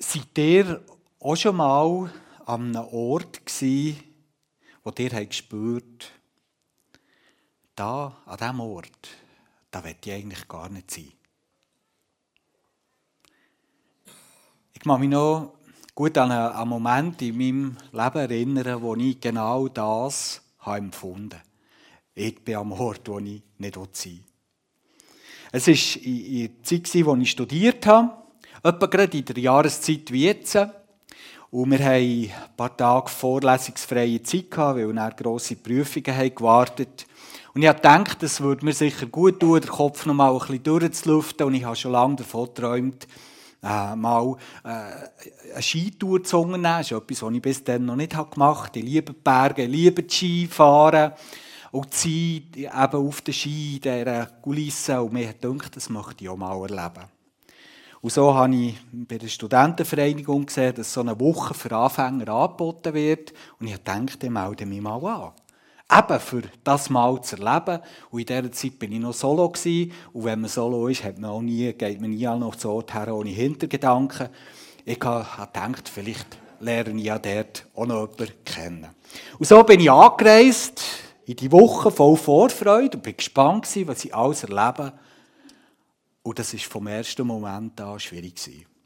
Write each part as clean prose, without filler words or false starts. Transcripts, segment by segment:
Seid ihr auch schon mal an einem Ort gsi, wo ihr gespürt habt, an diesem Ort, da will ich eigentlich gar nicht sein? Ich kann mich noch gut an einen Moment in meinem Leben erinnern, wo ich genau das empfunden habe. Ich bin am Ort, wo ich nicht sein will. Es war in der Zeit, in der ich studiert habe, etwa gerade in der Jahreszeit wie jetzt. Und wir hatten ein paar Tage vorlesungsfreie Zeit, weil dann grosse Prüfungen haben gewartet. Und ich dachte, es würde mir sicher gut tun, den Kopf noch mal ein bisschen durchzulüften. Und ich habe schon lange davon geträumt, mal eine Skitour zu unternehmen. Das ist etwas, was ich bis dann noch nicht gemacht habe. Ich liebe die Berge, ich liebe das Skifahren. Und die Zeit eben auf den Ski, in dieser Kulisse. Und mir gedacht, das möchte ich auch mal erleben. Und so habe ich bei der Studentenvereinigung gesehen, dass so eine Woche für Anfänger angeboten wird. Und ich dachte, ich melde mich mal an. Eben für das mal zu erleben. Und in dieser Zeit war ich noch solo. Und wenn man solo ist, geht man nie an noch zu Ort her ohne Hintergedanken. Ich habe gedacht, vielleicht lerne ich ja dort auch noch jemanden kennen. Und so bin ich angereist, in die Woche voll Vorfreude, und war gespannt, was ich alles erlebe. Und das war vom ersten Moment an schwierig.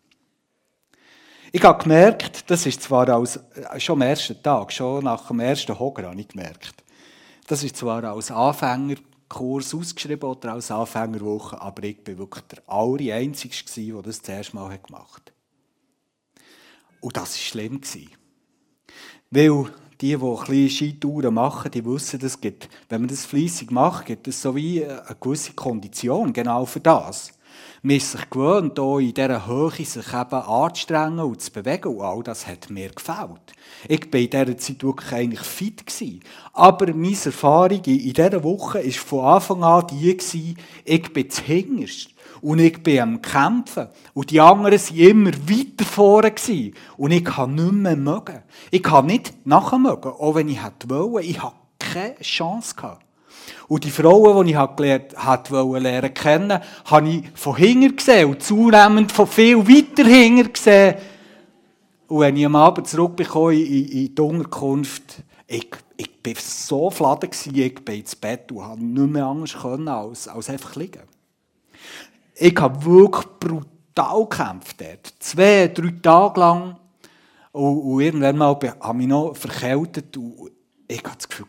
Ich habe gemerkt, das ist zwar schon am ersten Tag, schon nach dem ersten Hocker habe ich gemerkt, das ist zwar als Anfängerkurs ausgeschrieben oder als Anfängerwoche, aber ich war wirklich der Einzige, der das erste Mal gemacht hat. Und das war schlimm. Weil die ein bisschen Skitouren machen, die wissen, es gibt, wenn man das fleissig macht, gibt es so wie eine gewisse Kondition, genau für das. Man ist sich gewöhnt, hier in dieser Höhe sich eben anzustrengen und zu bewegen, und all das hat mir gefällt. Ich war in dieser Zeit wirklich eigentlich fit gewesen. Aber meine Erfahrung in dieser Woche war von Anfang an die gewesen, ich bin zuhinterst. Und ich bin am Kämpfen. Und die anderen waren immer weiter vorne. Und ich kann nicht mehr mögen. Ich kann nicht nachher mögen, auch wenn ich wollte. Ich hatte keine Chance gehabt. Und die Frauen, die ich lernen kennen, habe ich von hinten gesehen und zunehmend von viel weiter hinten gesehen. Und wenn ich am Abend zurückbekomme in die Unterkunft, ich war so fladen, ich bin ins Bett und konnte nicht mehr anders als einfach liegen. Ich habe wirklich brutal gekämpft dort. 2-3 Tage lang. Und irgendwann mal habe ich mich noch verkältet. Und ich hatte das Gefühl,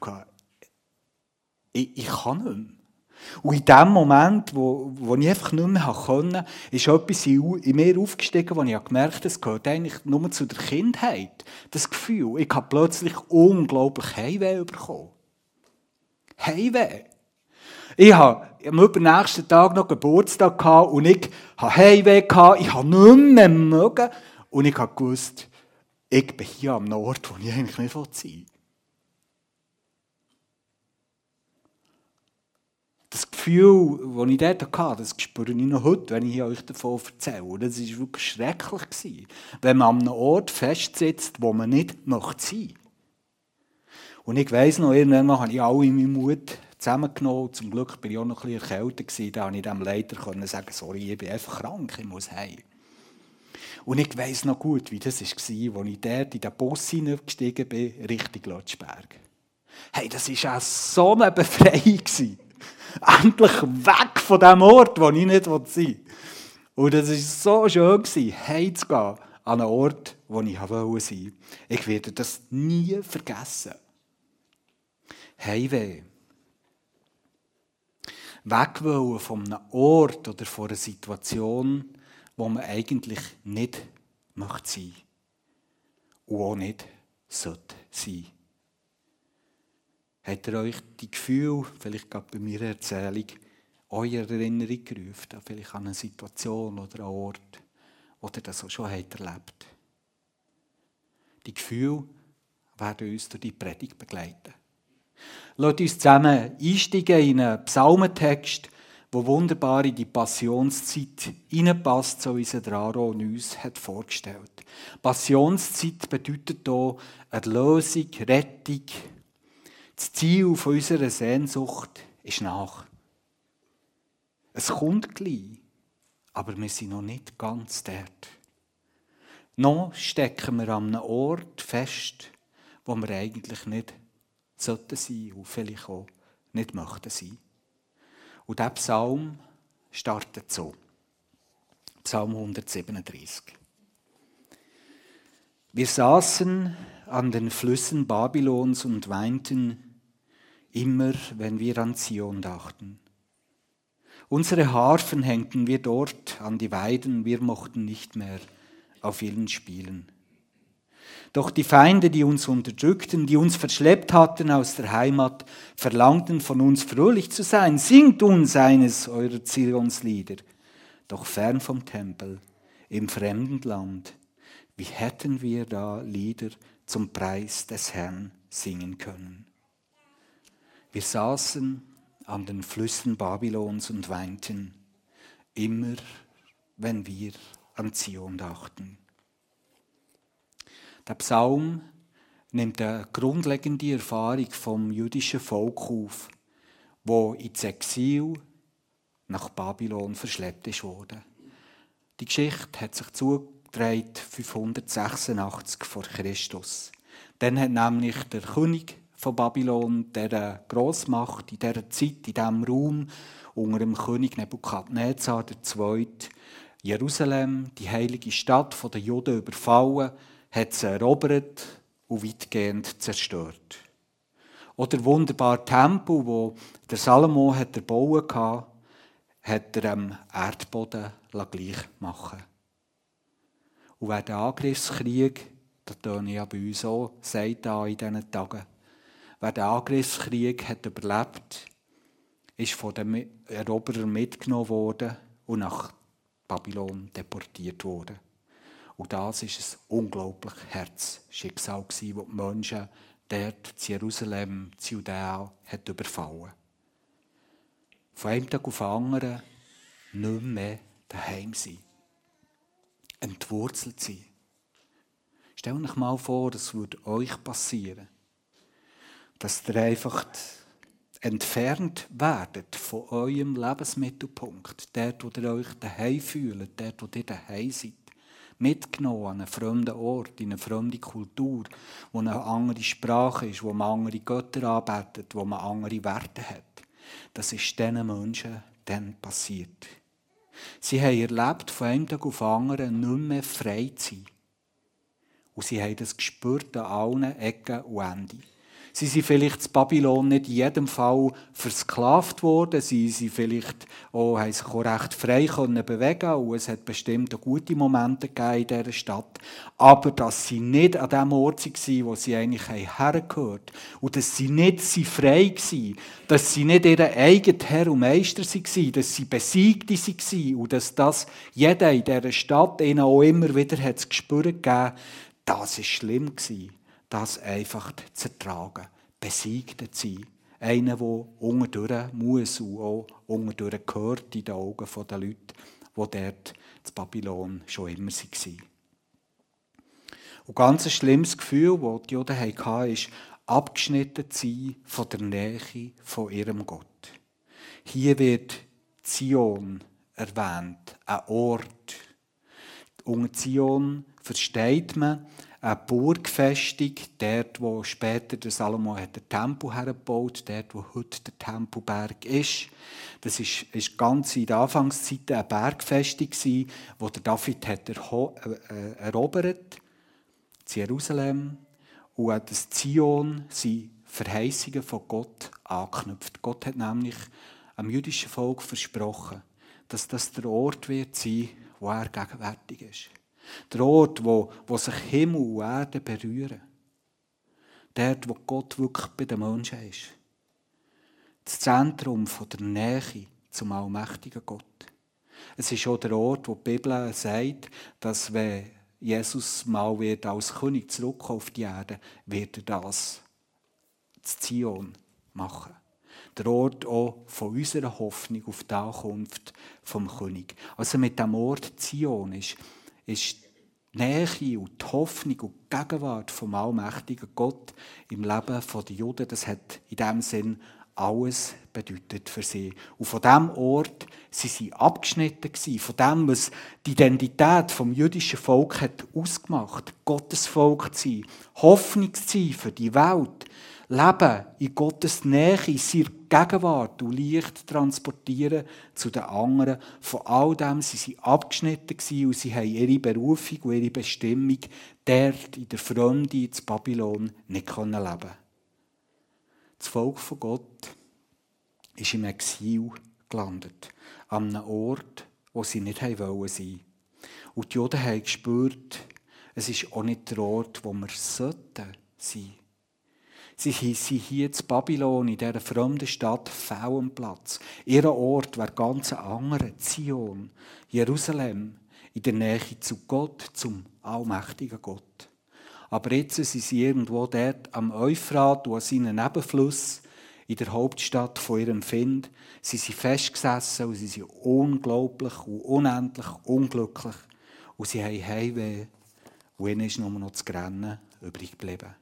ich kann nicht mehr. Und in dem Moment, wo ich einfach nicht mehr konnte, ist etwas in mir aufgestiegen, wo ich gemerkt habe, es gehört eigentlich nur zu der Kindheit. Das Gefühl. Ich habe plötzlich unglaublich Heimweh bekommen. Heimweh. Ich hatte am übernächsten Tag noch Geburtstag und ich hatte Heimweh, ich habe nicht mehr mögen. Und ich wusste, ich bin hier am Ort, wo ich eigentlich nicht sein will. Das Gefühl, das ich dort hatte, das spüre ich noch heute, wenn ich euch davon erzähle. Das war wirklich schrecklich, wenn man an einem Ort festsitzt, wo man nicht sein möchte. Und ich weiss noch, irgendwann habe ich alle meinen Mut zusammengenommen. Zum Glück war ich auch noch ein bisschen erkältet. Da konnte ich dem Leiter sagen, sorry, ich bin einfach krank, ich muss heim. Und ich weiss noch gut, wie das war, als ich dort in den Bus hineingestiegen bin, Richtung Lötschberg. Hey, das war auch so eine Befreiung. Endlich weg von dem Ort, wo ich nicht sein will. Und es war so schön, heimzugehen an einen Ort, wo ich sein wollte. Ich werde das nie vergessen. Heimweh. Weg wollen von einem Ort oder von einer Situation, wo man eigentlich nicht sein möchte und auch nicht sollte sein. Hat euch die Gefühle, vielleicht gerade bei meiner Erzählung, eure Erinnerung gerufen, vielleicht an eine Situation oder einen Ort, wo ihr das auch schon erlebt habt? Die Gefühle werden uns durch die Predigt begleiten. Lasst uns zusammen einsteigen in einen Psalmentext, der wunderbar in die Passionszeit hineinpasst, so wie es der Aaron uns vorgestellt hat. Passionszeit bedeutet hier Erlösung, Rettung. Das Ziel unserer Sehnsucht ist nach. Es kommt gleich, aber wir sind noch nicht ganz dort. Noch stecken wir an einem Ort fest, wo wir eigentlich nicht sollten sein und vielleicht auch nicht möchten sein. Und dieser Psalm startet so. Psalm 137. Wir saßen an den Flüssen Babylons und weinten, immer wenn wir an Zion dachten. Unsere Harfen hängten wir dort an die Weiden, wir mochten nicht mehr auf ihnen spielen. Doch die Feinde, die uns unterdrückten, die uns verschleppt hatten aus der Heimat, verlangten von uns fröhlich zu sein. Singt uns eines eurer Zionslieder. Doch fern vom Tempel, im fremden Land, wie hätten wir da Lieder zum Preis des Herrn singen können? Wir saßen an den Flüssen Babylons und weinten, immer wenn wir an Zion dachten. Der Psalm nimmt eine grundlegende Erfahrung vom jüdischen Volk auf, wo ins Exil nach Babylon verschleppt wurde. Die Geschichte hat sich zugetragen 586 vor Christus. Dann hat nämlich der König von Babylon, dieser Grossmacht in dieser Zeit, in diesem Raum, unter dem König Nebukadnezar II., Jerusalem, die heilige Stadt der Juden, überfallen, hat sie erobert und weitgehend zerstört. Oder der wunderbare Tempel, wo der Salomo erbauen hatte, hat er am Erdboden gleich machen. Und wer den Angriffskrieg, das töne ja bei uns auch, sagt da in diesen Tagen, wer den Angriffskrieg hat überlebt, ist von den Eroberern mitgenommen worden und nach Babylon deportiert worden. Und das war ein unglaublich Herzschicksal, das die Menschen dort in Jerusalem, in Judäa, überfallen. Von einem Tag auf den anderen nicht mehr daheim sein. Entwurzelt sein. Stellt euch mal vor, das würde euch passieren. Dass ihr einfach entfernt werdet von eurem Lebensmittelpunkt. Dort, wo ihr euch daheim fühlt, dort, wo ihr daheim seid. Mitgenommen an einen fremden Ort, in eine fremde Kultur, wo eine andere Sprache ist, wo man andere Götter anbetet, wo man andere Werte hat. Das ist diesen Menschen dann passiert. Sie haben erlebt, von einem Tag auf den anderen nicht mehr frei zu sein. Und sie haben das gespürt an allen Ecken und Enden. Sie sind vielleicht in Babylon nicht in jedem Fall versklavt worden. Sie sind vielleicht haben sich auch recht frei bewegen und es hat bestimmt gute Momente gegeben in dieser Stadt. Aber dass sie nicht an dem Ort waren, wo sie eigentlich hergehört und dass sie nicht frei waren, dass sie nicht ihr eigener Herr und Meister waren, dass sie Besiegte waren und dass das jeder in dieser Stadt ihnen auch immer wieder das Gespür gegeben, das war schlimm gewesen. Das einfach zu ertragen, besiegt zu sein. Einer, der unterdurch muss und auch unterdurch gehört in den Augen der Leute, die dort in Babylon schon immer waren. Und ganz ein schlimmes Gefühl, das die Juden hatten, ist, abgeschnitten zu sein von der Nähe von ihrem Gott. Hier wird Zion erwähnt, ein Ort. Unter Zion versteht man eine Burgfestung, dort, wo später der Salomo den Tempel hergebaut hat, dort, wo heute der Tempelberg ist. Das ist ganz in der Anfangszeit eine Bergfestung, die der David hat erobert, in Jerusalem. Und an das Zion sind Verheißungen von Gott angeknüpft. Gott hat nämlich am jüdischen Volk versprochen, dass das der Ort wird sein, wo er gegenwärtig ist. Der Ort, wo sich Himmel und Erde berühren. Dort, wo Gott wirklich bei den Menschen ist. Das Zentrum der Nähe zum allmächtigen Gott. Es ist auch der Ort, wo die Bibel sagt, dass wenn Jesus mal wird als König zurückkommen auf die Erde, wird er das zu Zion machen. Der Ort auch von unserer Hoffnung auf die Ankunft vom König. Also mit dem Ort Zion ist die Nähe und die Hoffnung und die Gegenwart vom allmächtigen Gott im Leben der Juden, das hat in diesem Sinn alles bedeutet für sie. Und von diesem Ort sie sind abgeschnitten gewesen, von dem, was die Identität vom jüdischen Volk hat ausgemacht, Gottes Volk zu sein, Hoffnung zu sein für die Welt, Leben in Gottes Nähe, in seiner Gegenwart und Licht transportieren zu den anderen. Von all dem sind sie abgeschnitten gewesen und sie haben ihre Berufung und ihre Bestimmung dort in der Fremde, in Babylon, nicht leben können. Das Volk von Gott ist im Exil gelandet, an einem Ort, wo sie nicht sein wollten. Und die Juden haben gespürt, es ist auch nicht der Ort, wo wir sollten sein. Sie sind hier in Babylon, in dieser fremden Stadt, fehl am Platz. Ihr Ort wäre ganz ein anderer, Zion, Jerusalem, in der Nähe zu Gott, zum allmächtigen Gott. Aber jetzt sind sie irgendwo dort am Euphrat und an seinen Nebenflüssen, in der Hauptstadt von ihrem Find. Sie sind festgesessen und sie sind unglaublich und unendlich unglücklich. Und sie haben Heimweh und ihnen ist nur noch das Grennen übrig geblieben.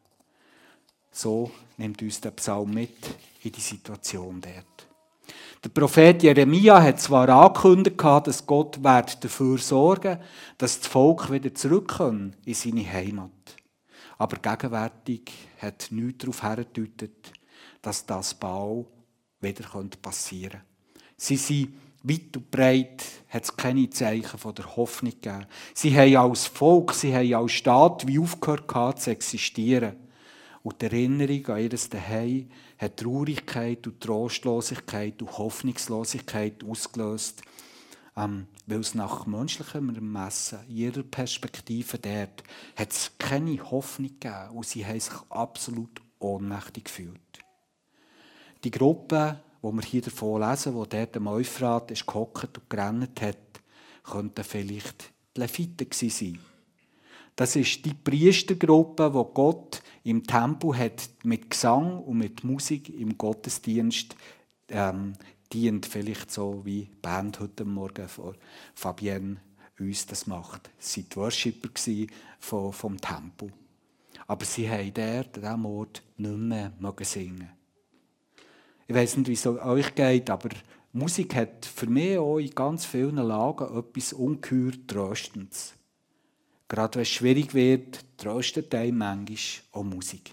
So nimmt uns der Psalm mit in die Situation dort. Der Prophet Jeremia hat zwar angekündigt, dass Gott dafür sorgen werde, dass das Volk wieder zurückkommt in seine Heimat. Aber gegenwärtig hat nichts darauf hingedeutet, dass das bald wieder passieren könnte. Sie sind weit und breit, hat es keine Zeichen von der Hoffnung gegeben. Sie haben als Volk, sie haben als Staat wie aufgehört zu existieren. Und die Erinnerung an ihr Zuhause hat Traurigkeit und Trostlosigkeit und Hoffnungslosigkeit ausgelöst, weil es nach menschlichem Ermessen, ihrer Perspektive dort, hat es keine Hoffnung gegeben und sie haben sich absolut ohnmächtig gefühlt. Die Gruppe, die wir hier davon lesen, die dort am Euphrat gehockt und gerannt hat, könnten vielleicht die Leviten gewesen sein. Das ist die Priestergruppe, die Gott im Tempel hat mit Gesang und mit Musik im Gottesdienst dient. Vielleicht so wie die Band heute Morgen von Fabienne uns das macht. Sie waren die Worshipper vom Tempel. Aber sie haben dort an diesem Ort nicht mehr singen. Ich weiss nicht, wie es euch geht, aber Musik hat für mich auch in ganz vielen Lagen etwas ungeheuer Tröstendes. Gerade wenn es schwierig wird, tröstet einem manchmal auch Musik.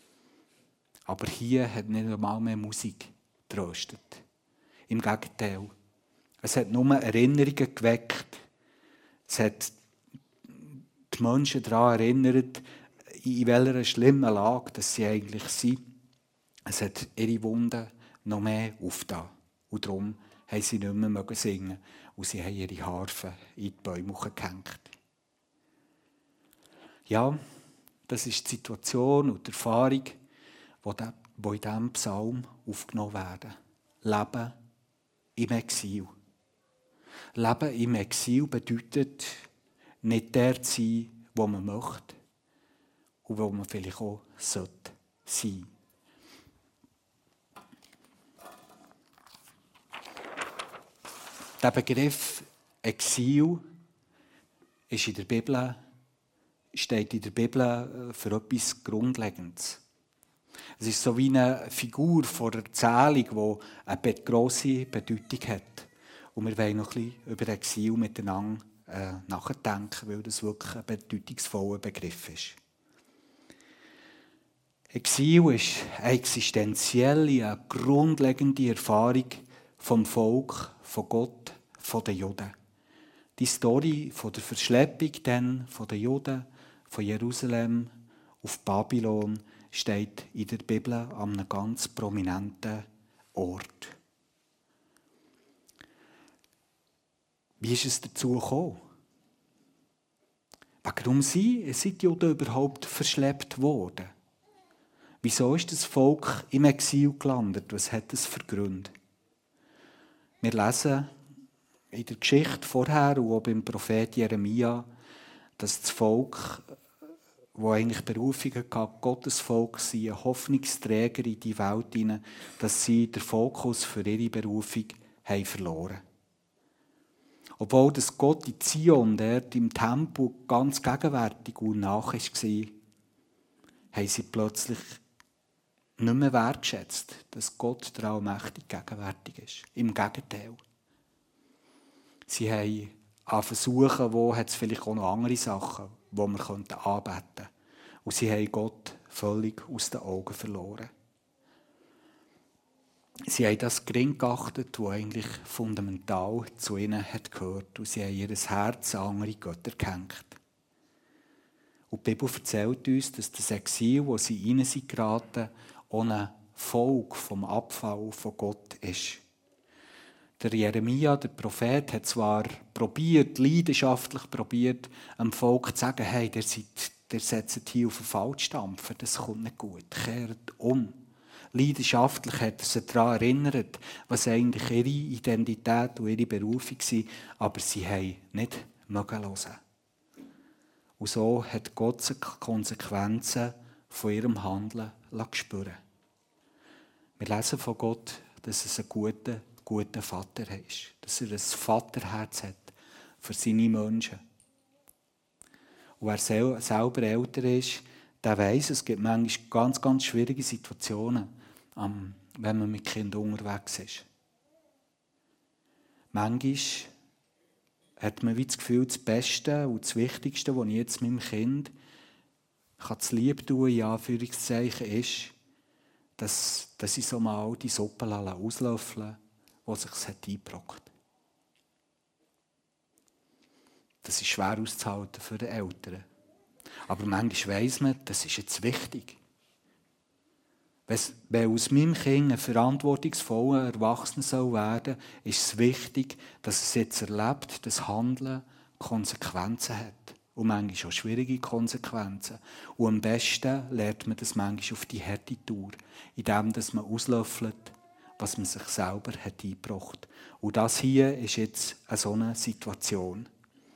Aber hier hat nicht einmal mehr Musik tröstet. Im Gegenteil. Es hat nur Erinnerungen geweckt. Es hat die Menschen daran erinnert, in welcher schlimmen Lage dass sie eigentlich sind. Es hat ihre Wunden noch mehr aufgetan. Und darum haben sie nicht mehr singen und sie haben ihre Harfe in die Bäume gehängt. Ja, das ist die Situation und die Erfahrung, die in diesem Psalm aufgenommen werden. Leben im Exil. Leben im Exil bedeutet, nicht der zu sein, wo man möchte und wo man vielleicht auch sein sollte. Der Begriff Exil ist in der Bibel, steht in der Bibel für etwas Grundlegendes. Es ist so wie eine Figur von der Erzählung, die eine grosse Bedeutung hat. Und wir wollen noch ein bisschen über Exil miteinander nachdenken, weil das wirklich ein bedeutungsvoller Begriff ist. Exil ist eine existenzielle, eine grundlegende Erfahrung vom Volk, von Gott, von den Juden. Die Story von der Verschleppung dann von den Juden von Jerusalem auf Babylon steht in der Bibel an einem ganz prominenten Ort. Wie ist es dazu gekommen? Warum sind die Juden überhaupt verschleppt worden? Wieso ist das Volk im Exil gelandet? Was hat es für Gründe? Wir lesen in der Geschichte vorher und auch beim Prophet Jeremia, dass das Volk, das eigentlich Berufung hatte, Gottes Volk sei, ein Hoffnungsträger in die Welt hinein, dass sie den Fokus für ihre Berufung haben verloren. Obwohl das Gott in Zion, dort im Tempel, ganz gegenwärtig und nach war, haben sie plötzlich nicht mehr wertschätzt, dass Gott der Allmächtige gegenwärtig ist. Im Gegenteil. Sie haben an Versuchen, wo hat es vielleicht auch noch andere Sachen, die wir anbeten könnten. Und sie haben Gott völlig aus den Augen verloren. Sie haben das gering geachtet, was eigentlich fundamental zu ihnen hat gehört. Und sie haben ihr Herz an andere Götter gehängt. Und die Bibel erzählt uns, dass das Exil, wo sie rein sind geraten, ohne Folge vom Abfall von Gott ist. Der Jeremia, der Prophet, hat zwar leidenschaftlich probiert, dem Volk zu sagen, hey, der setzt hier auf den Falschdampfer, das kommt nicht gut, kehrt um. Leidenschaftlich hat er sie daran erinnert, was eigentlich ihre Identität und ihre Berufung war, aber sie haben nicht hören. Und so hat Gott die Konsequenzen von ihrem Handeln spüren. Wir lesen von Gott, dass es ein guter Vater ist. Dass er ein Vaterherz hat für seine Menschen. Und wer selber älter ist, der weiss, es gibt manchmal ganz, ganz schwierige Situationen, wenn man mit Kindern unterwegs ist. Manchmal hat man wie das Gefühl, das Beste und das Wichtigste, was ich jetzt meinem Kind zu lieb tun, in Anführungszeichen, ist, dass ich so mal die Suppe auslöffeln, die sich eingebrockt hat. Das ist schwer auszuhalten für die Eltern. Aber manchmal weiss man, das ist jetzt wichtig. Wenn aus meinem Kind ein verantwortungsvoller Erwachsener werden soll, ist es wichtig, dass es jetzt erlebt, dass Handeln Konsequenzen hat. Und manchmal auch schwierige Konsequenzen. Und am besten lernt man das manchmal auf die harte Tour, indem man auslöffelt, was man sich selber hat eingebracht. Und das hier ist jetzt so eine Situation.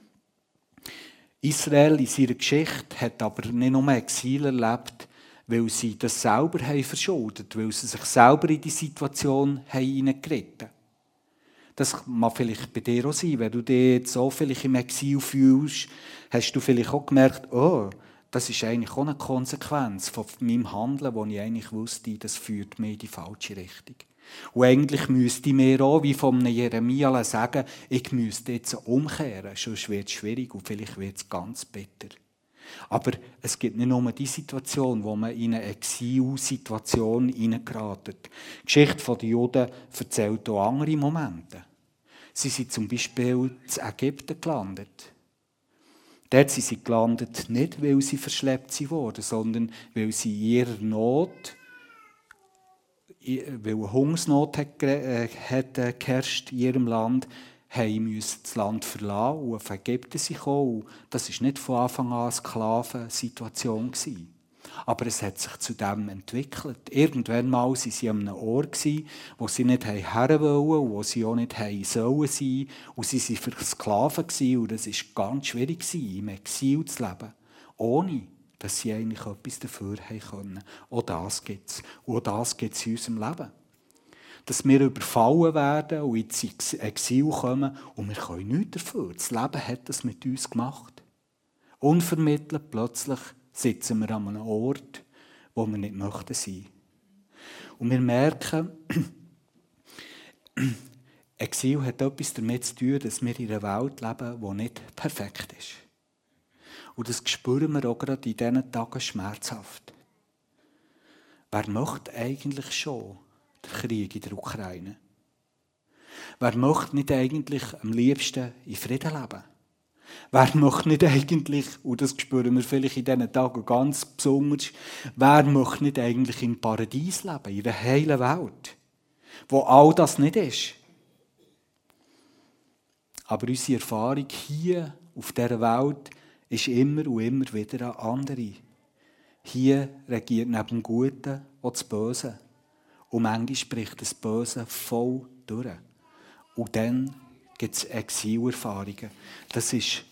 Israel in seiner Geschichte hat aber nicht nur Exil erlebt, weil sie das selber haben verschuldet, weil sie sich selber in die Situation hineingeritten haben. Das mag vielleicht bei dir auch sein, wenn du dich jetzt so vielleicht im Exil fühlst, hast du vielleicht auch gemerkt, oh, das ist eigentlich auch eine Konsequenz von meinem Handeln, wo ich eigentlich wusste, das führt mich in die falsche Richtung. Und eigentlich müsste ich mir auch, wie von einem Jeremia sagen, ich müsste jetzt umkehren, sonst wird es schwierig und vielleicht wird es ganz bitter. Aber es gibt nicht nur die Situation, wo man in eine Exilsituation hineingeraten. Die Geschichte der Juden erzählt auch andere Momente. Sie sind zum Beispiel in Ägypten gelandet. Dort sind sie gelandet, nicht weil sie verschleppt wurden, sondern weil sie in ihrer Not, weil eine Hungersnot hat geherrscht in ihrem Land, mussten das Land verlassen und auf Ägypten kommen. Das war nicht von Anfang an eine Sklavensituation. Aber es hat sich zu dem entwickelt. Irgendwann mal waren sie an einem Ort, wo sie nicht her wollten und wo sie auch nicht sollen sein. Und sie waren für Sklaven und es war ganz schwierig, im Exil zu leben, ohne dass sie eigentlich etwas dafür haben können. Auch das gibt es. Und auch das gibt es in unserem Leben. Dass wir überfallen werden und ins Exil kommen und wir können nichts dafür. Das Leben hat das mit uns gemacht. Unvermittelt plötzlich sitzen wir an einem Ort, wo wir nicht möchten sein. Und wir merken, Exil hat etwas damit zu tun, dass wir in einer Welt leben, die nicht perfekt ist. Und das spüren wir auch gerade in diesen Tagen schmerzhaft. Wer möchte eigentlich schon den Krieg in der Ukraine? Wer möchte nicht eigentlich am liebsten in Frieden leben? Wer möchte nicht eigentlich, und das spüren wir vielleicht in diesen Tagen ganz besonders, wer möchte nicht eigentlich im Paradies leben, in einer heilen Welt, wo all das nicht ist? Aber unsere Erfahrung hier auf dieser Welt ist immer und immer wieder eine andere. Hier regiert neben dem Guten auch das Böse. Und manchmal spricht das Böse voll durch. Und dann gibt es Exilerfahrungen. Das ist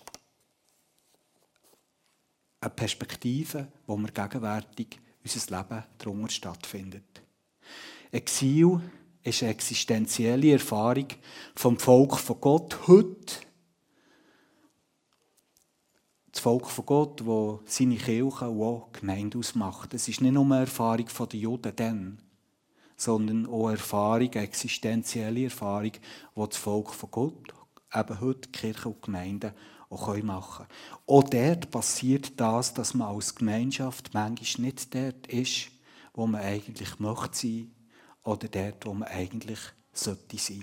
eine Perspektive, wo wir gegenwärtig unser Leben darunter stattfindet. Exil ist eine existenzielle Erfahrung vom Volk von Gott heute das Volk von Gott, das seine Kirche und auch Gemeinde ausmacht. Es ist nicht nur eine Erfahrung der Juden dann, sondern auch eine Erfahrung, eine existenzielle Erfahrung, die das Volk von Gott, eben heute Kirche und Gemeinden, auch machen können. Auch dort passiert das, dass man als Gemeinschaft manchmal nicht dort ist, wo man eigentlich möchte sein, oder dort, wo man eigentlich sollte sein.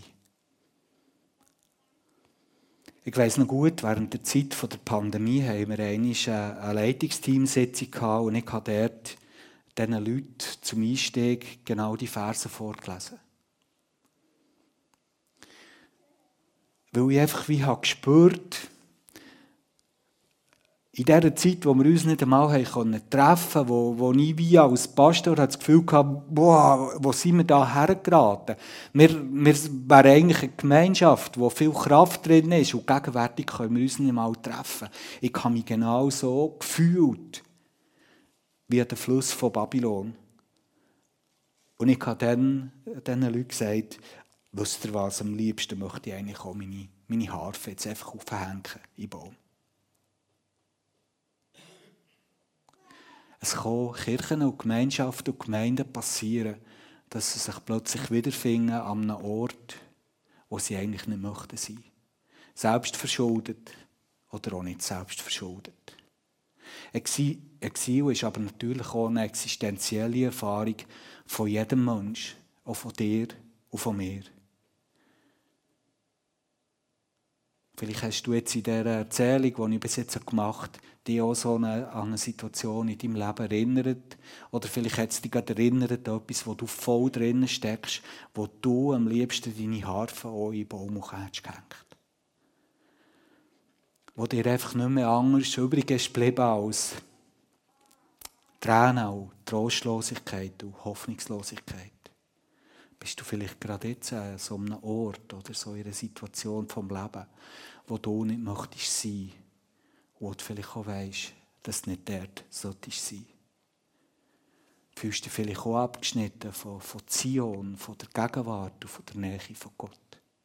Ich weiss noch gut, während der Zeit der Pandemie haben wir einmal eine Leitungsteamsitzung gehabt und ich habe dort diesen Leuten zum Einstieg genau die Verse vorgelesen. Weil ich einfach wie habe gespürt, in dieser Zeit, wo wir uns nicht einmal treffen konnten, wo ich wie als Pastor das Gefühl hatte, boah, wo sind wir da hergeraten? Wir wären eigentlich eine Gemeinschaft, wo viel Kraft drin ist und gegenwärtig können wir uns nicht einmal treffen. Ich habe mich genau so gefühlt wie der Fluss von Babylon. Und ich habe dann diesen Leuten gesagt, wisst ihr was, am liebsten möchte ich eigentlich auch meine Harfe jetzt einfach aufhängen im Baum. Es kann Kirchen und Gemeinschaften und Gemeinden passieren, dass sie sich plötzlich wiederfinden an einem Ort, wo sie eigentlich nicht möchten sein. Selbstverschuldet oder auch nicht selbstverschuldet. Exil ist aber natürlich auch eine existenzielle Erfahrung von jedem Menschen, auch von dir und von mir. Vielleicht hast du jetzt in dieser Erzählung, die ich bis jetzt gemacht habe, dich auch so an eine Situation in deinem Leben erinnert. Oder vielleicht hat es dich gerade erinnert an etwas, wo du voll drin steckst, wo du am liebsten deine Harfe auch in den Baum hättest gehängt. Wo dir einfach nicht mehr anders übrig ist geblieben als Tränen und Trostlosigkeit und Hoffnungslosigkeit. Bist du vielleicht gerade jetzt an so einem Ort oder so in einer Situation vom Leben, wo du nicht möchtest sein, wo du vielleicht auch weisst, dass du nicht dort solltest sein. Fühlst du dich vielleicht auch abgeschnitten von Zion, von der Gegenwart und von der Nähe von Gott?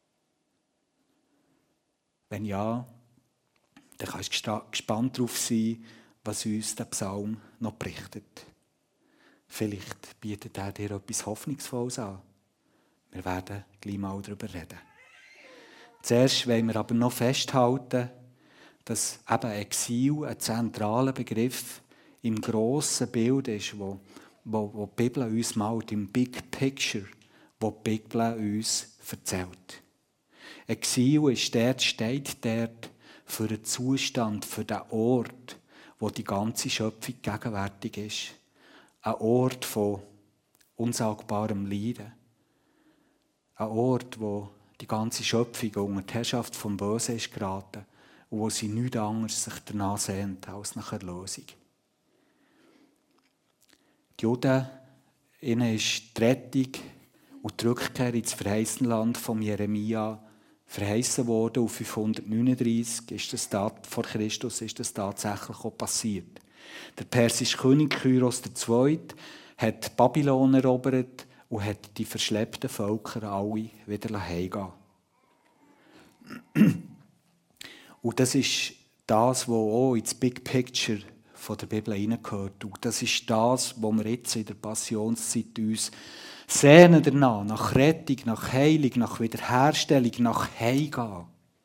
Wenn ja, dann kannst du gespannt darauf sein, was uns der Psalm noch berichtet. Vielleicht bietet er dir etwas Hoffnungsvolles an. Wir werden gleich mal darüber reden. Zuerst wollen wir aber noch festhalten, dass eben Exil ein zentraler Begriff im grossen Bild ist, wo die Bibel uns malt, im Big Picture, wo die Bibel uns erzählt. Exil steht dort für einen Zustand, für den Ort, wo die ganze Schöpfung gegenwärtig ist. Ein Ort von unsagbarem Leiden. Ein Ort, wo die ganze Schöpfung unter die Herrschaft vom Bösen ist geraten und wo sie nichts anderes sich danach sehnt als nach Erlösung. Die Juden, ihnen ist die Rettung und die Rückkehr ins verheißene Land von Jeremia verheißen worden. Auf 539 ist das vor Christus ist das tatsächlich auch passiert. Der persische König Kyros II. Hat Babylon erobert und hat die verschleppten Völker alle wieder heimgehen. Und das ist das, was auch ins Big Picture von der Bibel hineingehört. Und das ist das, was wir jetzt in der Passionszeit uns sehnen danach, nach Rettung, nach Heilung, nach Wiederherstellung, nach Heimgehen.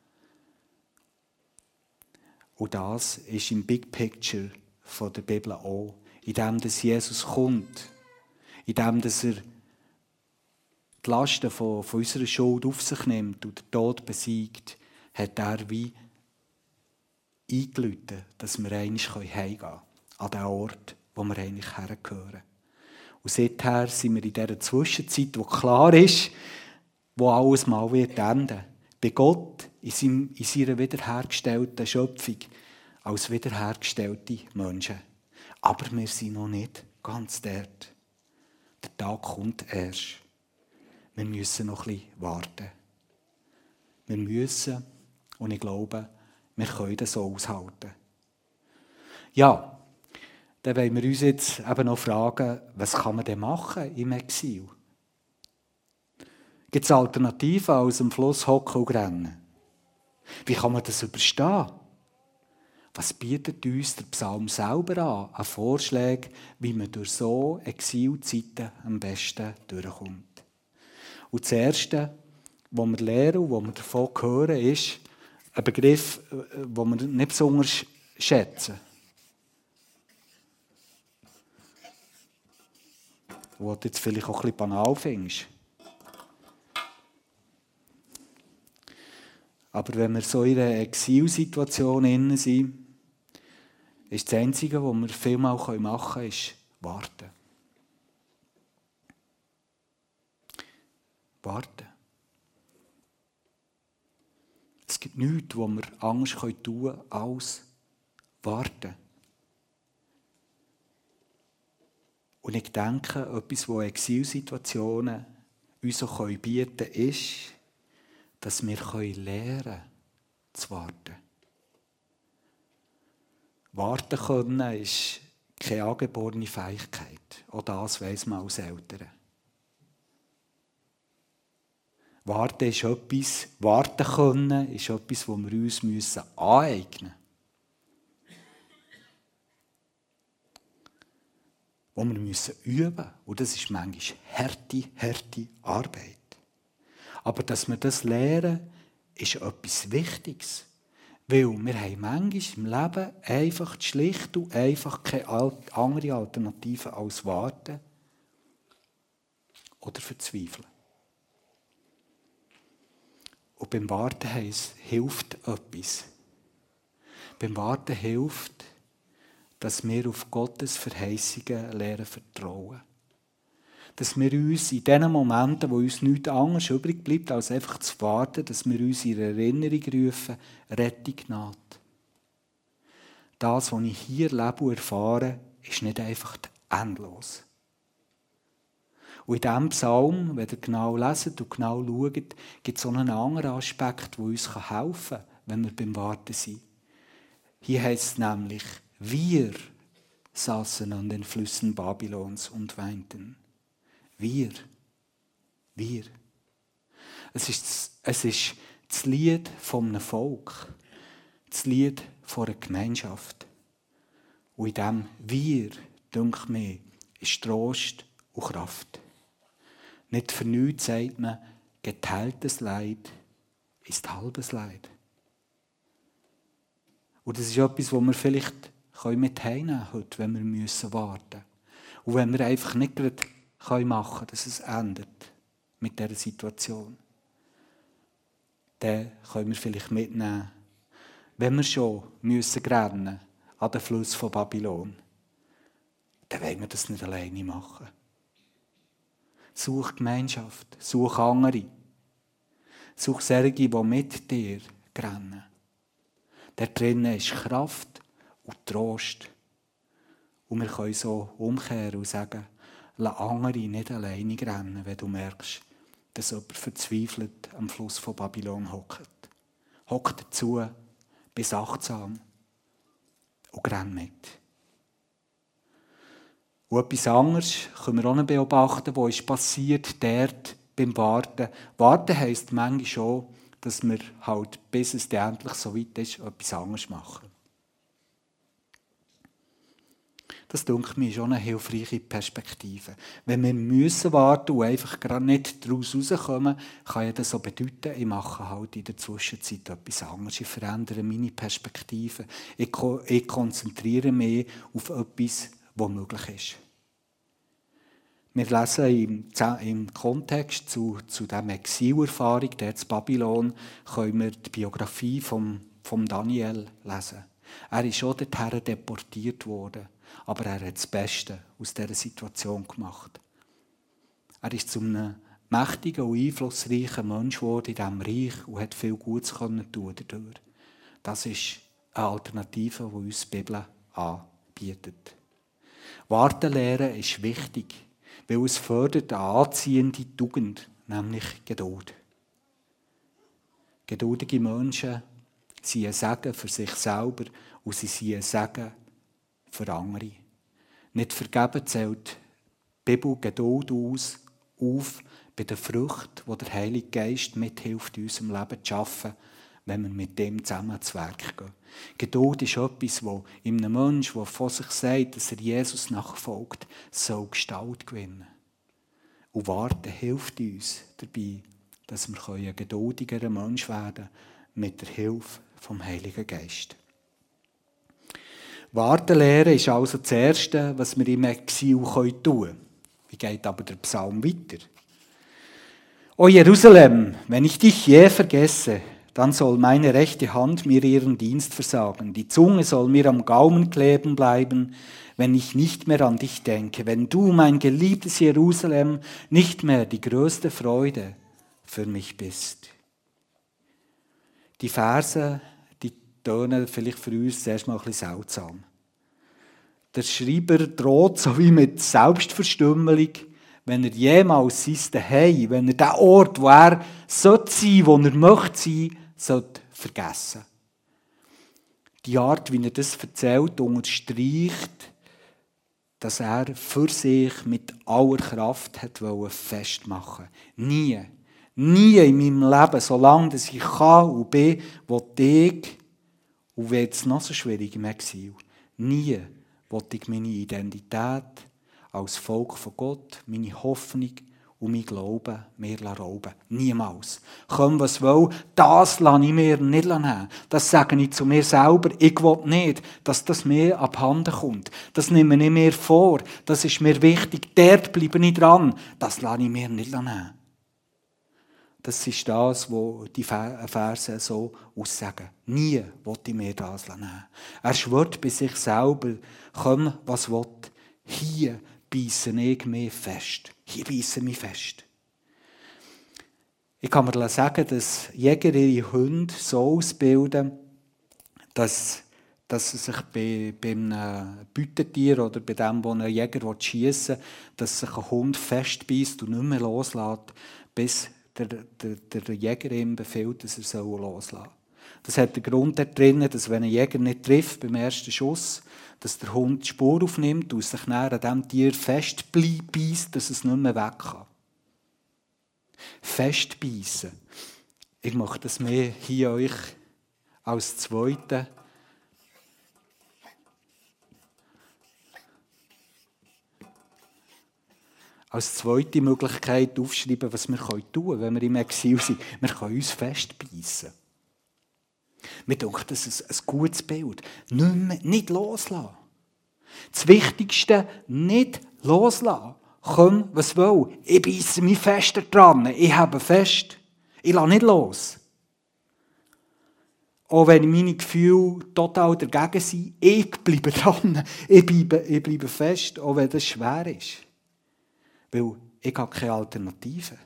Und das ist im Big Picture von der Bibel auch, in dem, dass Jesus kommt, in dem, dass er die Lasten von unserer Schuld auf sich nimmt und den Tod besiegt, hat er wie eingeläutet, dass wir eigentlich heimgehen können, an den Ort, wo wir eigentlich hergehören. Und seither sind wir in dieser Zwischenzeit, wo klar ist, wo alles mal wird enden. Bei Gott, in seiner wiederhergestellten Schöpfung, als wiederhergestellte Menschen. Aber wir sind noch nicht ganz dort. Der Tag kommt erst. Wir müssen noch ein bisschen warten. Wir müssen, und ich glaube, wir können das so aushalten. Ja, dann wollen wir uns jetzt eben noch fragen, was kann man denn machen im Exil? Gibt es Alternativen als am Fluss hocken und rennen? Wie kann man das überstehen? Was bietet uns der Psalm selber an Vorschlägen, wie man durch so Exilzeiten am besten durchkommt? Und das Erste, was wir lernen und was wir davon hören, ist ein Begriff, den wir nicht besonders schätzen. Wo du jetzt vielleicht auch ein bisschen banal findest. Aber wenn wir so in einer Exilsituation sind, ist das Einzige, was wir vielmal machen können, ist warten. Warten. Es gibt nichts, was wir anders tun können, als warten. Und ich denke, etwas, was Exilsituationen uns auch bieten können, ist, dass wir lernen können, zu warten. Warten können ist keine angeborene Fähigkeit. Auch das weiss man als Eltern. Warten können ist etwas, was wir uns aneignen müssen. Wo wir üben müssen. Und das ist manchmal harte Arbeit. Aber dass wir das lernen, ist etwas Wichtiges. Weil wir haben manchmal im Leben einfach schlicht und einfach keine andere Alternative als warten oder verzweifeln. Und beim Warten hilft etwas. Beim Warten hilft, dass wir auf Gottes Verheißungen lernen vertrauen. Dass wir uns in den Momenten, wo uns nichts anderes übrig bleibt, als einfach zu warten, dass wir uns in Erinnerung rufen, Rettung naht. Das, was ich hier lebe und erfahre, ist nicht einfach endlos. Und in diesem Psalm, wenn ihr genau leset und genau schaut, gibt es auch einen anderen Aspekt, der uns helfen kann, wenn wir beim Warten sind. Hier heißt es nämlich, wir saßen an den Flüssen Babylons und weinten. Wir. Es ist das Lied von einem Volk. Das Lied von einer Gemeinschaft. Und in dem Wir, denke mir, ist Trost und Kraft. Nicht für nichts sagt man, geteiltes Leid ist halbes Leid. Und das ist etwas, was wir vielleicht mit heimnehmen können, wenn wir warten müssen. Und wenn wir einfach nicht machen können, dass es endet mit dieser Situation, dann können wir vielleicht mitnehmen, wenn wir schon rennen an den Fluss von Babylon, dann wollen wir das nicht alleine machen. Such Gemeinschaft, such andere. Such solche, die mit dir rennen. Da drinnen ist Kraft und Trost. Und wir können so umkehren und sagen, lass andere nicht alleine rennen, wenn du merkst, dass jemand verzweifelt am Fluss von Babylon hockt. Hock dazu, bist achtsam und renn mit. Und etwas anderes können wir auch noch beobachten, was ist passiert dort beim Warten. Warten heisst manchmal schon, dass wir halt, bis es endlich so weit ist, etwas anderes machen. Das, denke ich, mir schon eine hilfreiche Perspektive. Wenn wir müssen warten und einfach gerade nicht daraus rauskommen, kann ja das so bedeuten, ich mache halt in der Zwischenzeit etwas anderes. Ich verändere meine Perspektive. Ich konzentriere mich auf etwas, was möglich ist. Wir lesen im Kontext zu dieser Exilerfahrung, der zu Babylon, können wir die Biografie von Daniel lesen. Er ist schon dorthin deportiert worden, aber er hat das Beste aus dieser Situation gemacht. Er ist zu einem mächtigen und einflussreichen Mensch geworden in diesem Reich und hat viel Gutes tun dadurch. Das ist eine Alternative, die uns die Bibel anbietet. Warten lernen ist wichtig, weil es fördert eine anziehende Tugend, nämlich Geduld. Geduldige Menschen sind ein Segen für sich selber und sie sind ein Segen für andere. Nicht vergeben zählt die Bibel Geduld auf bei der Frucht, die der Heilige Geist mithilft, in unserem Leben zu schaffen, wenn wir mit dem zusammen zu Werk gehen. Geduld ist etwas, das in einem Menschen, der von sich sagt, dass er Jesus nachfolgt, soll Gestalt gewinnen. Und Warten hilft uns dabei, dass wir ein geduldigerer Mensch werden können, mit der Hilfe vom Heiligen Geist. Warten lernen ist also das Erste, was wir im Exil tun können. Wie geht aber der Psalm weiter? O Jerusalem, wenn ich dich je vergesse, dann soll meine rechte Hand mir ihren Dienst versagen. Die Zunge soll mir am Gaumen kleben bleiben, wenn ich nicht mehr an dich denke. Wenn du, mein geliebtes Jerusalem, nicht mehr die größte Freude für mich bist. Die Verse, die tönen vielleicht für uns zuerst mal ein bisschen seltsam. Der Schreiber droht so wie mit Selbstverstümmelung, wenn er jemals sein Zuhause, wenn er den Ort, wo er sein sollte, wo er möchte sein, sollte vergessen. Die Art, wie er das erzählt, unterstreicht, dass er für sich mit aller Kraft festmachen wollte. Nie in meinem Leben, solange ich kann und bin, will ich, und wird es noch so schwierig im Exil, nie will ich meine Identität als Volk von Gott, meine Hoffnung und mein Glauben mir rauben. Niemals. Komm, was will, das lasse ich mir nicht nehmen. Das sage ich zu mir selber. Ich will nicht, dass das mir abhanden kommt. Das nehme ich mir vor. Das ist mir wichtig. Dort bleibe ich dran. Das lasse ich mir nicht nehmen. Das ist das, was die Verse so aussagen. Nie will ich mir das nehmen. Er schwört bei sich selber, komm, was will. Hier beisse ich mich fest. Hier beisse ich mich fest. Ich kann mir sagen, dass Jäger ihre Hunde so ausbilden, dass sie sich bei einem Beutetier oder bei dem, wo ein Jäger schiessen will, dass sich ein Hund festbeißt und nicht mehr loslässt, bis der Jäger ihm befiehlt, dass er loslassen soll. Das hat den Grund da drin, dass wenn ein Jäger nicht trifft beim ersten Schuss, dass der Hund die Spur aufnimmt und sich dann an diesem Tier festbeißt, dass es nicht mehr weg kann. Festbeissen. Ich mache das mehr hier euch als Zweite. Als zweite Möglichkeit aufschreiben, was wir tun können, wenn wir im Exil sind. Wir können uns festbeissen. Mir denkt, das ist ein gutes Bild. Nicht loslassen. Das Wichtigste, nicht loslassen. Komm, was will. Ich beisse mich fest dran. Ich habe fest. Ich lasse nicht los. Auch wenn meine Gefühle total dagegen sind, ich bleibe dran. Ich bleibe fest, auch wenn das schwer ist. Weil ich habe keine Alternative.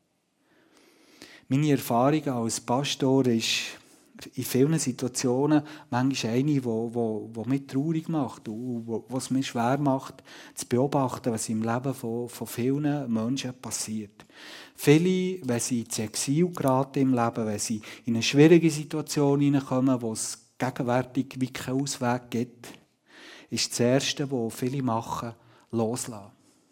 Meine Erfahrung als Pastor ist in vielen Situationen manchmal eine, die mich traurig macht und was mir schwer macht, zu beobachten, was im Leben von vielen Menschen passiert. Viele, wenn sie ins Exil geraten im Leben, wenn sie in eine schwierige Situation hineinkommen, wo es gegenwärtig wie keinen Ausweg gibt, ist das Erste, was viele machen, loslassen.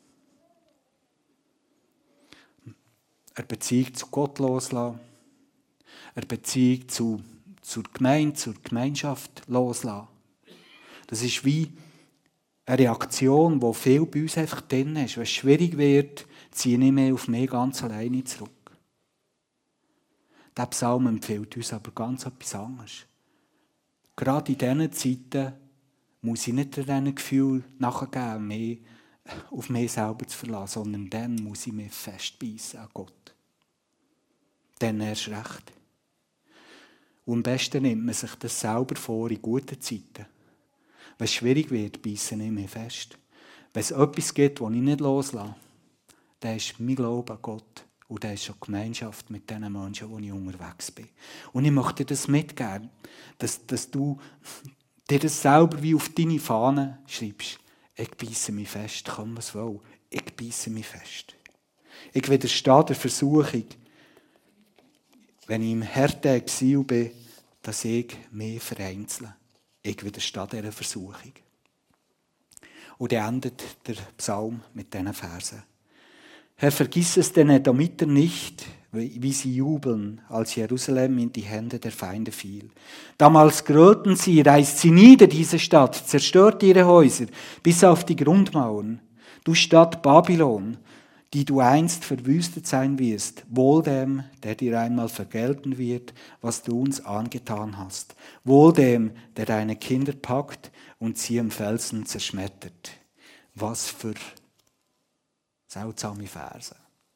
Eine Beziehung zu Gott loslassen, eine Beziehung zur Gemeinde, zur Gemeinschaft loslassen. Das ist wie eine Reaktion, die viel bei uns einfach drin ist. Wenn es schwierig wird, ziehe ich mich auf mich ganz alleine zurück. Dieser Psalm empfiehlt uns aber ganz etwas anderes. Gerade in diesen Zeiten muss ich nicht diesen Gefühl nachgeben, mich auf mich selber zu verlassen, sondern dann muss ich mich festbeissen an Gott. Dann erst recht. Und am besten nimmt man sich das selber vor in guten Zeiten. Wenn es schwierig wird, beisse ich mich fest. Wenn es etwas gibt, das ich nicht loslasse, dann ist mein Glaube an Gott und dann ist schon Gemeinschaft mit den Menschen, wo ich unterwegs bin. Und ich möchte dir das mitgeben, dass du dir das selber wie auf deine Fahne schreibst. Ich beisse mich fest, komm was will. Ich beisse mich fest. Ich widerstehe der Versuchung, wenn ich im harten Exil bin, dass ich mich vereinzle. Ich widerstehe dieser Versuchung. Und dann endet der Psalm mit diesen Versen. Herr, vergiss es den Edomitern nicht, wie sie jubeln, als Jerusalem in die Hände der Feinde fiel. Damals grölten sie, reißt sie nieder, diese Stadt, zerstört ihre Häuser bis auf die Grundmauern. Du Stadt Babylon, die du einst verwüstet sein wirst, wohl dem, der dir einmal vergelten wird, was du uns angetan hast. Wohl dem, der deine Kinder packt und sie am Felsen zerschmettert. Was für seltsame Verse.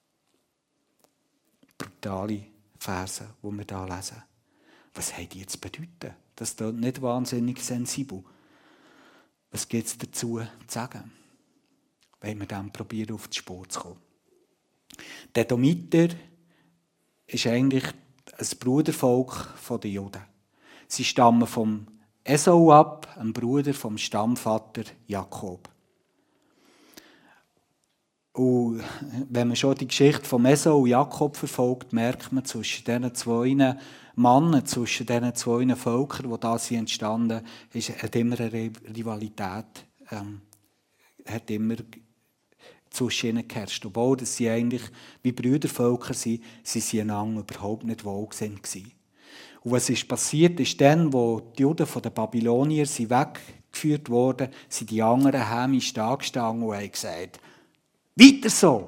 Brutale Verse, die wir hier lesen. Was haben die jetzt bedeuten? Das ist nicht wahnsinnig sensibel. Was gibt es dazu zu sagen? Wenn wir dann probieren, auf die Spur zu kommen. Der Edomiter ist eigentlich ein Brudervolk der Juden. Sie stammen vom Esau ab, einem Bruder vom Stammvater Jakob. Und wenn man schon die Geschichte von Esau und Jakob verfolgt, merkt man, zwischen diesen zwei Männern, zwischen diesen zwei Völkern, die da sind entstanden, hat immer eine Rivalität, hat immer zwischen ihnen geherrscht. Obwohl dass sie eigentlich wie Brüdervölker sind, sie einander überhaupt nicht wohlgesinnt gewesen. Und was ist passiert, ist dann, wo die Juden von den Babyloniern weggeführt wurden, sind die anderen hämisch da gestanden und haben gesagt, weiter so!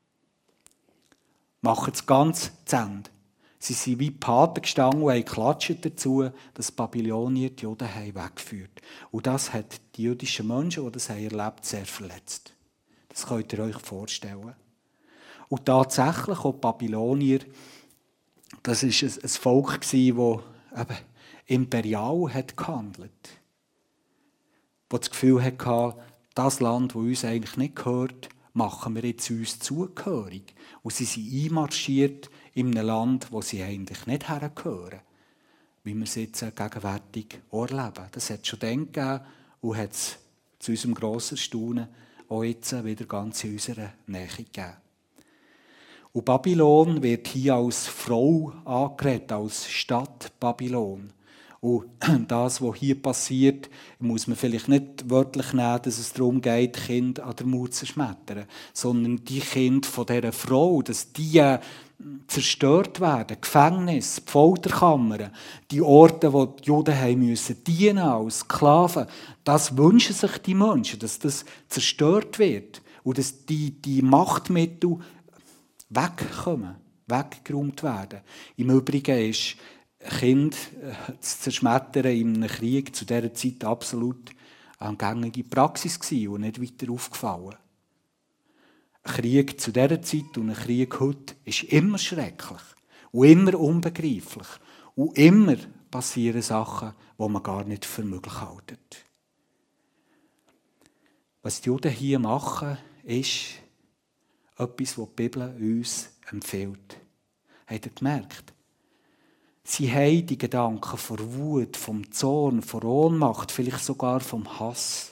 Machen es ganz zu Ende. Sie sind wie Paten gestanden und haben geklatscht dazu, dass die Babylonier die Juden weggeführt haben. Und das hat die jüdischen Menschen, die das erlebt haben, sehr verletzt. Das könnt ihr euch vorstellen. Und tatsächlich auch die Babylonier, das war ein Volk, das eben imperial hat gehandelt. Das das Gefühl hatte, das Land, das uns eigentlich nicht gehört, machen wir jetzt uns zugehörig. Und sie sind einmarschiert in einem Land, wo sie eigentlich nicht hergehören. Wie wir es jetzt gegenwärtig erleben. Das hat es schon dann gegeben und hat es zu unserem grossen Staunen auch jetzt wieder ganz in unserer Nähe gegeben. Und Babylon wird hier als Frau angeredet, als Stadt Babylon. Und das, was hier passiert, muss man vielleicht nicht wörtlich nehmen, dass es darum geht, Kinder an der Mauer zu schmettern, sondern die Kinder von dieser Frau, dass die zerstört werden, Gefängnis, die Folterkammern, die Orte, wo die Juden haben müssen dienen als Sklaven, das wünschen sich die Menschen, dass das zerstört wird und dass die Machtmittel wegkommen, weggeräumt werden. Im Übrigen ist Kind zu zerschmettern in einem Krieg zu dieser Zeit absolut eine gängige Praxis gewesen und nicht weiter aufgefallen. Ein Krieg zu dieser Zeit und ein Krieg heute ist immer schrecklich und immer unbegreiflich und immer passieren Sachen, die man gar nicht für möglich hält. Was die Juden hier machen, ist etwas, was die Bibel uns empfiehlt. Habt ihr gemerkt? Sie haben die Gedanken vor Wut, vom Zorn, vor Ohnmacht, vielleicht sogar vom Hass.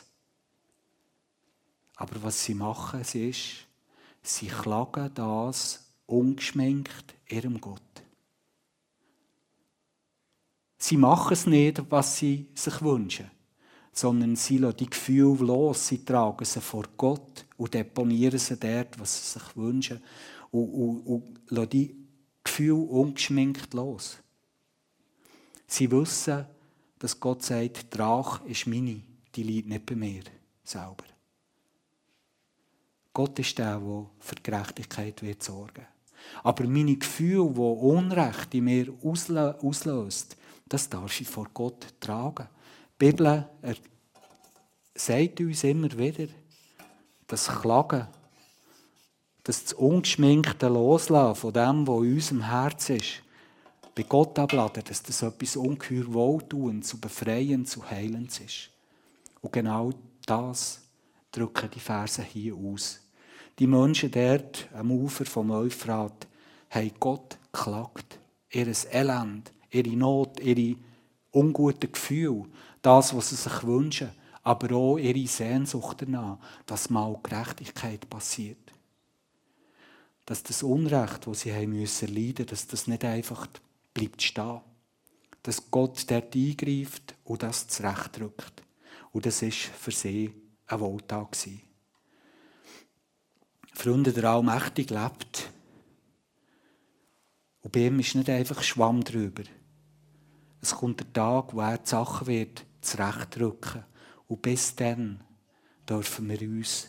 Aber was sie machen, ist, sie klagen das ungeschminkt ihrem Gott. Sie machen es nicht, was sie sich wünschen, sondern sie lassen die Gefühle los, sie tragen sie vor Gott und deponieren sie dort, was sie sich wünschen und lassen die Gefühle ungeschminkt los. Sie wissen, dass Gott sagt, die Rache ist meine, die liegt nicht bei mir selber. Gott ist der für die Gerechtigkeit wird sorgen. Aber meine Gefühle, die Unrecht in mir auslöst, das darf ich vor Gott tragen. Die Bibel sagt uns immer wieder, das Klagen, das ungeschminkte Loslassen von dem, was in unserem Herz ist, bei Gott abladen, dass das etwas ungeheuer Wohltuendes, zu Befreiendes, zu Heilendes ist. Und genau das drücken die Verse hier aus. Die Menschen dort am Ufer vom Euphrat haben Gott geklagt. Ihr Elend, ihre Not, ihre unguten Gefühle, das, was sie sich wünschen, aber auch ihre Sehnsucht danach, dass mal Gerechtigkeit passiert. Dass das Unrecht, das sie haben müssen leiden, dass das nicht einfach bleibt stehen. Dass Gott dort eingreift und das zurechtrückt. Und das war für sie ein Wohltag. Freunde, der Allmächtige lebt. Und bei ihm ist nicht einfach Schwamm drüber. Es kommt der Tag, wo er die Sachen wird zurechtrücken. Und bis dann dürfen wir uns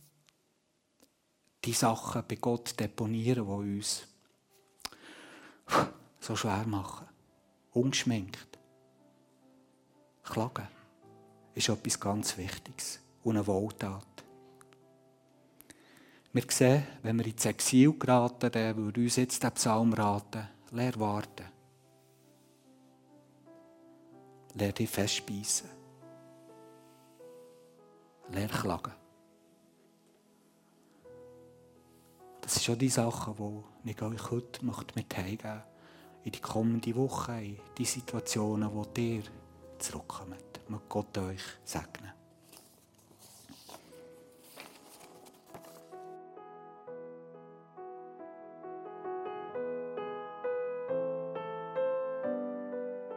die Sachen bei Gott deponieren, die uns so schwer machen. Ungeschminkt. Klagen ist etwas ganz Wichtiges und eine Wohltat. Wir sehen, wenn wir ins Exil geraten, dann würde uns jetzt der Psalm raten, lehr warten. Lehr dich festspeisen. Lehr klagen. Das sind schon die Sachen, die ich euch heute mit heimgeben möchte. In die kommende Woche, in die Situationen, wo ihr zurückkommt. Möge Gott euch segnen.